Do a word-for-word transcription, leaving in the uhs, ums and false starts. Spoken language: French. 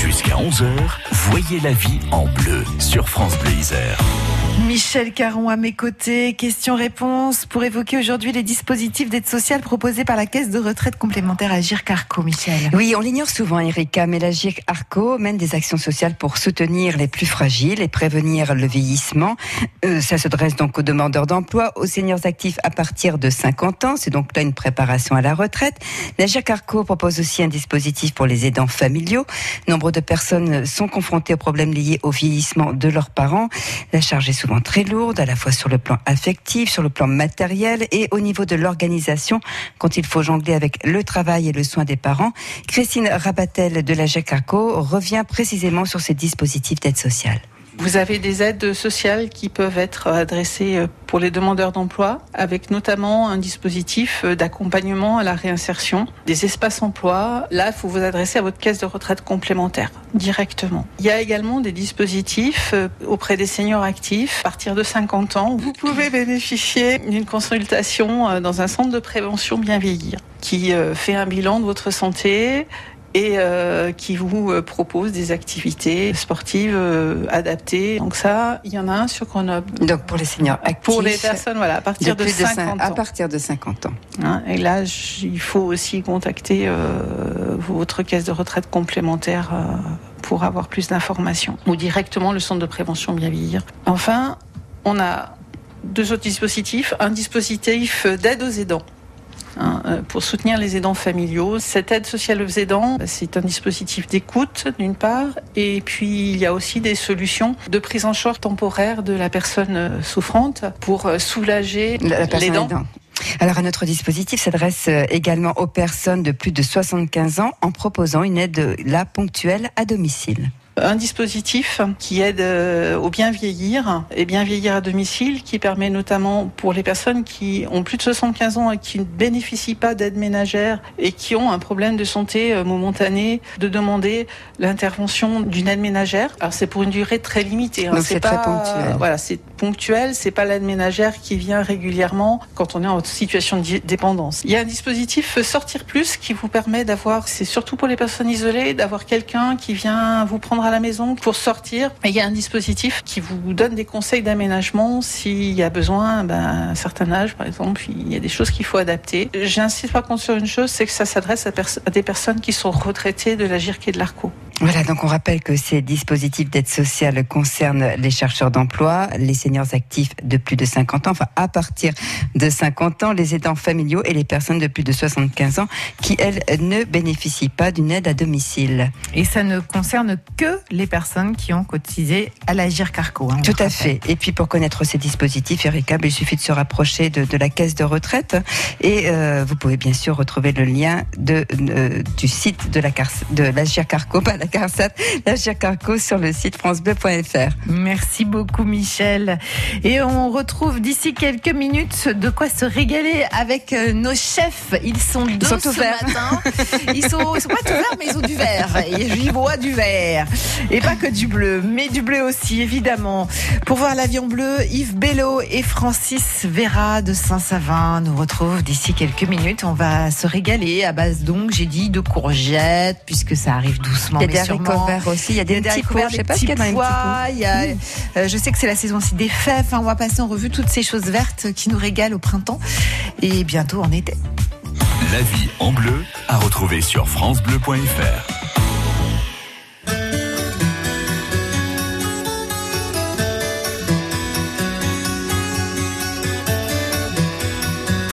Jusqu'à onze heures, voyez la vie en bleu sur France Bleu Isère. Michel Caron à mes côtés. Question-réponse pour évoquer aujourd'hui les dispositifs d'aide sociale proposés par la Caisse de retraite complémentaire Agirc Arco. Michel. Oui, on l'ignore souvent, Erika, mais l'Agirc Arco mène des actions sociales pour soutenir les plus fragiles et prévenir le vieillissement. Euh, ça s'adresse donc aux demandeurs d'emploi, aux seniors actifs à partir de cinquante ans. C'est donc là une préparation à la retraite. L'Agirc Arco propose aussi un dispositif pour les aidants familiaux. Nombre de personnes sont confrontées aux problèmes liés au vieillissement de leurs parents. La charge est souvent très lourde, à la fois sur le plan affectif, sur le plan matériel et au niveau de l'organisation, quand il faut jongler avec le travail et le soin des parents. Christine Rabatel de l'Agirc Arco revient précisément sur ces dispositifs d'aide sociale. Vous avez des aides sociales qui peuvent être adressées pour les demandeurs d'emploi, avec notamment un dispositif d'accompagnement à la réinsertion, des espaces emploi. Là, il faut vous adresser à votre caisse de retraite complémentaire directement. Il y a également des dispositifs auprès des seniors actifs à partir de cinquante ans. Vous pouvez bénéficier d'une consultation dans un centre de prévention Bien Vieillir qui fait un bilan de votre santé et euh, qui vous euh, propose des activités sportives euh, adaptées. Donc ça, il y en a un sur Grenoble. Donc pour les seniors actifs. Pour les personnes, voilà, à partir de, de cinquante ans. À partir de cinquante ans. Hein, et là, j- il faut aussi contacter euh, votre caisse de retraite complémentaire euh, pour avoir plus d'informations. Ou directement le centre de prévention Bien Vieillir. Enfin, on a deux autres dispositifs. Un dispositif d'aide aux aidants. Hein, pour soutenir les aidants familiaux. Cette aide sociale aux aidants, c'est un dispositif d'écoute d'une part, et puis il y a aussi des solutions de prise en charge temporaire de la personne souffrante pour soulager la personne l'aidant. Aidant. Alors, un autre dispositif s'adresse également aux personnes de plus de soixante-quinze ans en proposant une aide là ponctuelle à domicile. Un dispositif qui aide au bien vieillir et bien vieillir à domicile, qui permet notamment pour les personnes qui ont plus de soixante-quinze ans et qui ne bénéficient pas d'aide ménagère et qui ont un problème de santé momentané, de demander l'intervention d'une aide ménagère. Alors c'est pour une durée très limitée. Hein. Donc c'est, c'est pas, très ponctuel. Voilà, c'est ponctuel. C'est pas l'aide ménagère qui vient régulièrement quand on est en situation de dépendance. Il y a un dispositif Sortir Plus qui vous permet d'avoir, c'est surtout pour les personnes isolées, d'avoir quelqu'un qui vient vous prendre à la maison pour sortir. Et il y a un dispositif qui vous donne des conseils d'aménagement s'il y a besoin, ben, à un certain âge, par exemple, il y a des choses qu'il faut adapter. J'insiste par contre sur une chose, c'est que ça s'adresse à, pers- à des personnes qui sont retraitées de l'Agirc et de l'Arco. Voilà, donc on rappelle que ces dispositifs d'aide sociale concernent les chercheurs d'emploi, les seniors actifs de plus de cinquante ans, enfin à partir de cinquante ans, les aidants familiaux et les personnes de plus de soixante-quinze ans qui, elles, ne bénéficient pas d'une aide à domicile. Et ça ne concerne que les personnes qui ont cotisé à l'Agirc Arco. Hein, Tout à fait. Et puis pour connaître ces dispositifs, Erika, il suffit de se rapprocher de, de la caisse de retraite et euh, vous pouvez bien sûr retrouver le lien de, euh, du site de la Car- de l'Agirc Arco, pas la CARSAT, l'Agirc Arco sur le site francebleu point f r. Merci beaucoup Michel. Et on retrouve d'ici quelques minutes de quoi se régaler avec nos chefs. Ils sont deux ils sont ce verts. matin. Ils sont, ils sont pas tout verts, mais ils ont du vert. Et j'y vois du vert. Et pas que du bleu, mais du bleu aussi, évidemment. Pour voir l'avion bleu, Yves Bello et Francis Vera de Saint-Savin nous retrouvent d'ici quelques minutes. On va se régaler à base, donc, j'ai dit, de courgettes, puisque ça arrive doucement. Il y a des sûrement. haricots verts aussi, il y a des, Il y a des petits pois, je sais pas ce qu'il y a dans les petits pois. Il y a, euh, je sais que c'est la saison aussi des fèves. Enfin, on va passer en revue toutes ces choses vertes qui nous régalent au printemps et bientôt en été. La vie en bleu à retrouver sur francebleu point f r.